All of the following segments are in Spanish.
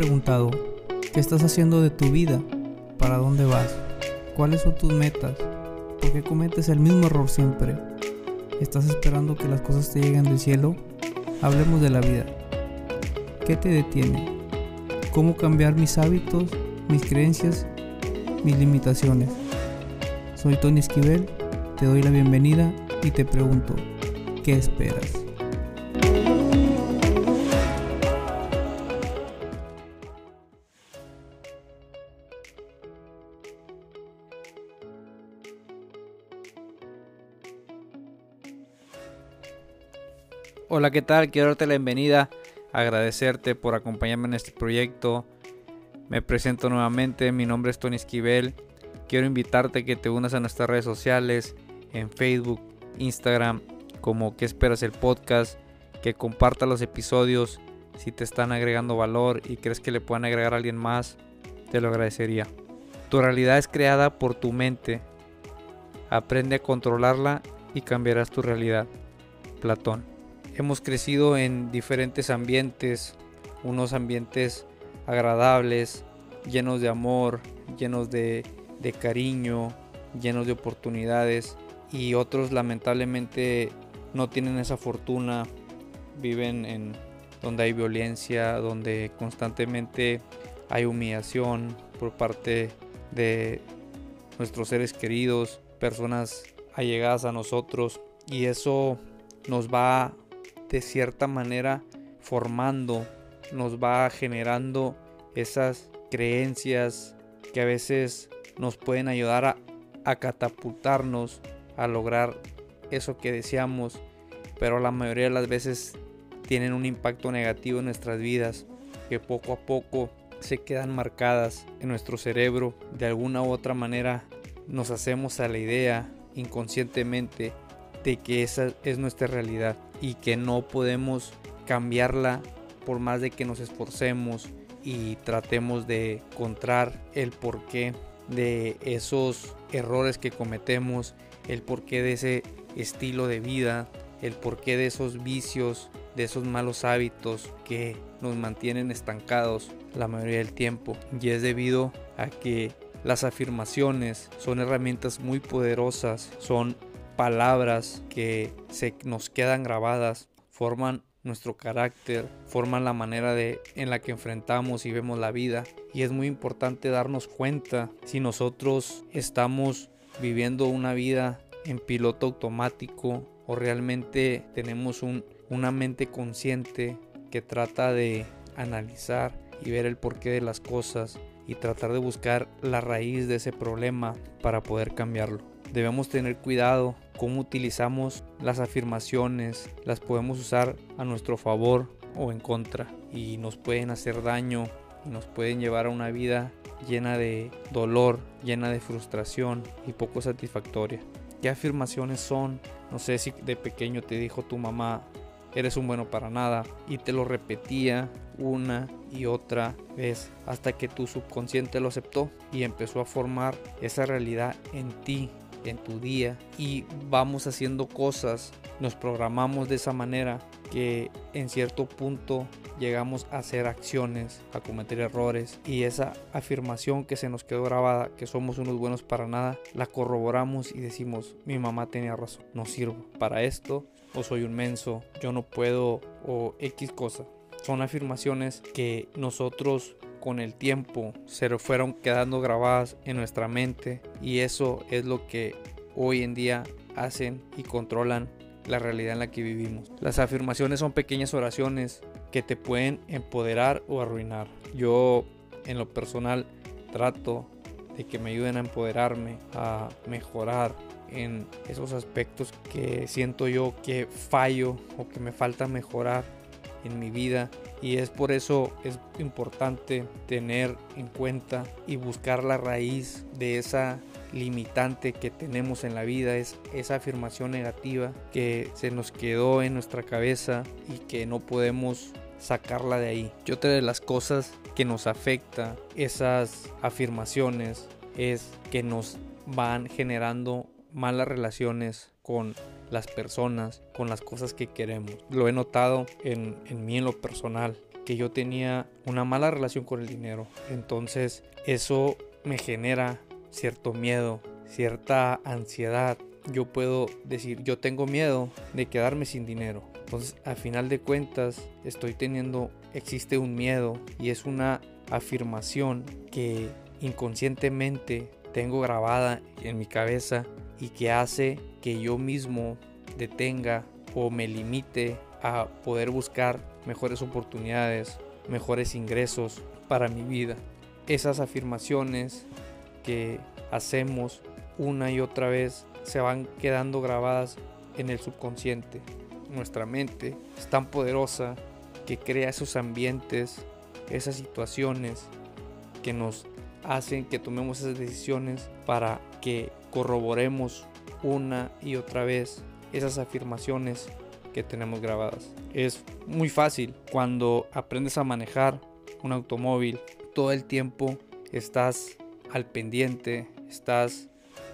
preguntado, ¿qué estás haciendo de tu vida? ¿Para dónde vas? ¿Cuáles son tus metas? ¿Por qué cometes el mismo error siempre? ¿Estás esperando que las cosas te lleguen del cielo? Hablemos de la vida. ¿Qué te detiene? ¿Cómo cambiar mis hábitos, mis creencias, mis limitaciones? Soy Tony Esquivel, te doy la bienvenida y te pregunto, ¿qué esperas? Hola, ¿qué tal? Quiero darte la bienvenida, agradecerte por acompañarme en este proyecto. Me presento nuevamente, mi nombre es Tony Esquivel. Quiero invitarte a que te unas a nuestras redes sociales, en Facebook, Instagram, como ¿Qué esperas el podcast? Que compartas los episodios si te están agregando valor y crees que le puedan agregar a alguien más, te lo agradecería. Tu realidad es creada por tu mente. Aprende a controlarla y cambiarás tu realidad. Platón. Hemos crecido en diferentes ambientes, unos ambientes agradables, llenos de amor, llenos de cariño, llenos de oportunidades, y otros lamentablemente no tienen esa fortuna, viven en donde hay violencia, donde constantemente hay humillación por parte de nuestros seres queridos, personas allegadas a nosotros, y eso nos va de cierta manera formando, nos va generando esas creencias que a veces nos pueden ayudar a catapultarnos a lograr eso que deseamos, pero la mayoría de las veces tienen un impacto negativo en nuestras vidas, que poco a poco se quedan marcadas en nuestro cerebro. De alguna u otra manera nos hacemos a la idea inconscientemente de que esa es nuestra realidad y que no podemos cambiarla por más de que nos esforcemos y tratemos de encontrar el porqué de esos errores que cometemos, el porqué de ese estilo de vida, el porqué de esos vicios, de esos malos hábitos que nos mantienen estancados la mayoría del tiempo. Y es debido a que las afirmaciones son herramientas muy poderosas, son palabras que se nos quedan grabadas, forman nuestro carácter, forman la manera en la que enfrentamos y vemos la vida. Y es muy importante darnos cuenta si nosotros estamos viviendo una vida en piloto automático o realmente tenemos una mente consciente que trata de analizar y ver el porqué de las cosas y tratar de buscar la raíz de ese problema para poder cambiarlo. Debemos tener cuidado cómo utilizamos las afirmaciones, las podemos usar a nuestro favor o en contra, y nos pueden hacer daño y nos pueden llevar a una vida llena de dolor, llena de frustración y poco satisfactoria. ¿Qué afirmaciones son? No sé si de pequeño te dijo tu mamá, eres un bueno para nada, y te lo repetía una y otra vez hasta que tu subconsciente lo aceptó y empezó a formar esa realidad en ti, en tu día, y vamos haciendo cosas, nos programamos de esa manera que en cierto punto llegamos a hacer acciones, a cometer errores, y esa afirmación que se nos quedó grabada, que somos unos buenos para nada, la corroboramos y decimos, mi mamá tenía razón, no sirvo para esto, o soy un menso, yo no puedo, o X cosa. Son afirmaciones que nosotros con el tiempo se fueron quedando grabadas en nuestra mente, y eso es lo que hoy en día hacen y controlan la realidad en la que vivimos. Las afirmaciones son pequeñas oraciones que te pueden empoderar o arruinar. Yo en lo personal trato de que me ayuden a empoderarme, a mejorar en esos aspectos que siento yo que fallo o que me falta mejorar en mi vida, y es por eso es importante tener en cuenta y buscar la raíz de esa limitante que tenemos en la vida, es esa afirmación negativa que se nos quedó en nuestra cabeza y que no podemos sacarla de ahí. Y otra de las cosas que nos afecta esas afirmaciones es que nos van generando malas relaciones con las personas, con las cosas que queremos. Lo he notado en mí en lo personal, porque yo tenía una mala relación con el dinero. Entonces eso me genera cierto miedo, cierta ansiedad. Yo puedo decir, yo tengo miedo de quedarme sin dinero. Entonces, al final de cuentas, existe un miedo, y es una afirmación que inconscientemente tengo grabada en mi cabeza y que hace que yo mismo detenga o me limite a poder buscar mejores oportunidades, mejores ingresos para mi vida. Esas afirmaciones que hacemos una y otra vez se van quedando grabadas en el subconsciente. Nuestra mente es tan poderosa que crea esos ambientes, esas situaciones que nos hacen que tomemos esas decisiones para que corroboremos una y otra vez esas afirmaciones que tenemos grabadas. Es muy fácil cuando aprendes a manejar un automóvil. Todo el tiempo estás al pendiente, estás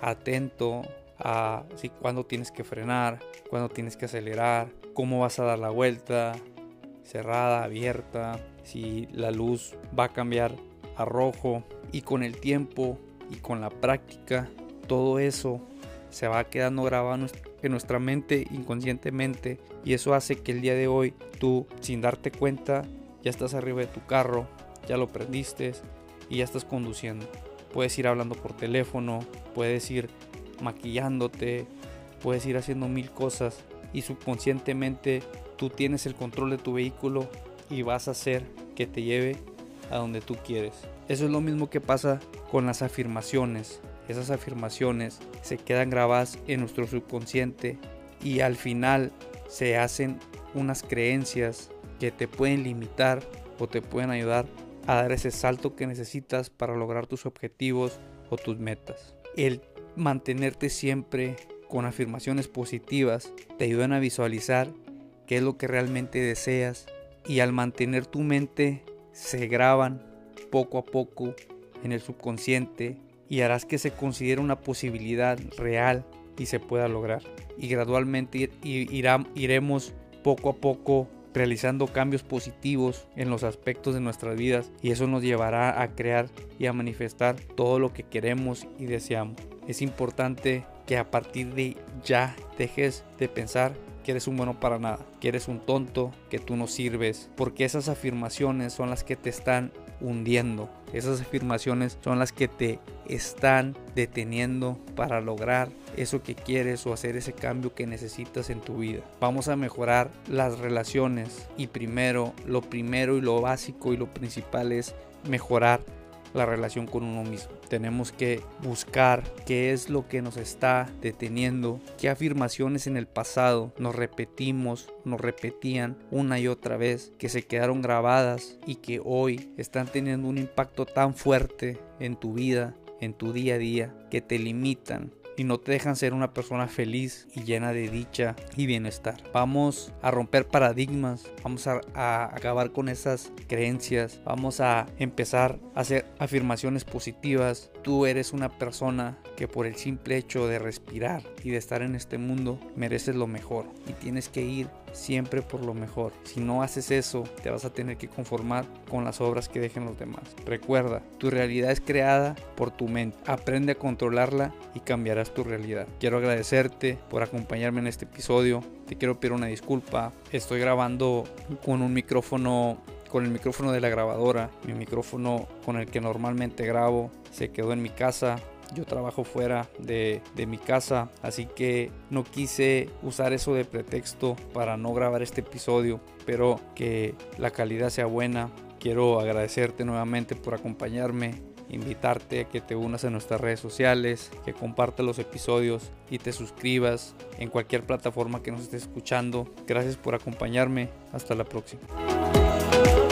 atento a cuándo tienes que frenar, cuándo tienes que acelerar, cómo vas a dar la vuelta, cerrada, abierta, si la luz va a cambiar a rojo. Y con el tiempo y con la práctica, todo eso se va quedando grabado en nuestra mente inconscientemente, y eso hace que el día de hoy tú, sin darte cuenta, ya estás arriba de tu carro, ya lo prendiste y ya estás conduciendo. Puedes ir hablando por teléfono, puedes ir maquillándote, puedes ir haciendo mil cosas, y subconscientemente tú tienes el control de tu vehículo y vas a hacer que te lleve a donde tú quieres. Eso es lo mismo que pasa con las afirmaciones. Esas afirmaciones se quedan grabadas en nuestro subconsciente y al final se hacen unas creencias que te pueden limitar o te pueden ayudar a dar ese salto que necesitas para lograr tus objetivos o tus metas. El mantenerte siempre con afirmaciones positivas te ayudan a visualizar qué es lo que realmente deseas, y al mantener tu mente se graban poco a poco en el subconsciente y harás que se considere una posibilidad real y se pueda lograr. Y gradualmente iremos poco a poco realizando cambios positivos en los aspectos de nuestras vidas, y eso nos llevará a crear y a manifestar todo lo que queremos y deseamos. Es importante que a partir de ya dejes de pensar que eres un bueno para nada, que eres un tonto, que tú no sirves, porque esas afirmaciones son las que te están hundiendo. Esas afirmaciones son las que te están deteniendo para lograr eso que quieres o hacer ese cambio que necesitas en tu vida. Vamos a mejorar las relaciones, y lo primero y lo básico y lo principal es mejorar la relación con uno mismo. Tenemos que buscar qué es lo que nos está deteniendo, qué afirmaciones en el pasado nos repetían una y otra vez, que se quedaron grabadas y que hoy están teniendo un impacto tan fuerte en tu vida, en tu día a día, que te limitan y no te dejan ser una persona feliz y llena de dicha y bienestar. Vamos a romper paradigmas, vamos a acabar con esas creencias, vamos a empezar a hacer afirmaciones positivas. Tú eres una persona que por el simple hecho de respirar y de estar en este mundo mereces lo mejor, y tienes que ir siempre por lo mejor. Si no haces eso, te vas a tener que conformar con las obras que dejen los demás. Recuerda, tu realidad es creada por tu mente. Aprende a controlarla y cambiarás tu realidad. Quiero agradecerte por acompañarme en este episodio. Te quiero pedir una disculpa. Estoy grabando con el micrófono de la grabadora. Mi micrófono con el que normalmente grabo se quedó en mi casa. Yo trabajo fuera de mi casa, así que no quise usar eso de pretexto para no grabar este episodio, pero que la calidad sea buena. Quiero agradecerte nuevamente por acompañarme, invitarte a que te unas a nuestras redes sociales, que compartas los episodios y te suscribas en cualquier plataforma que nos estés escuchando. Gracias por acompañarme. Hasta la próxima.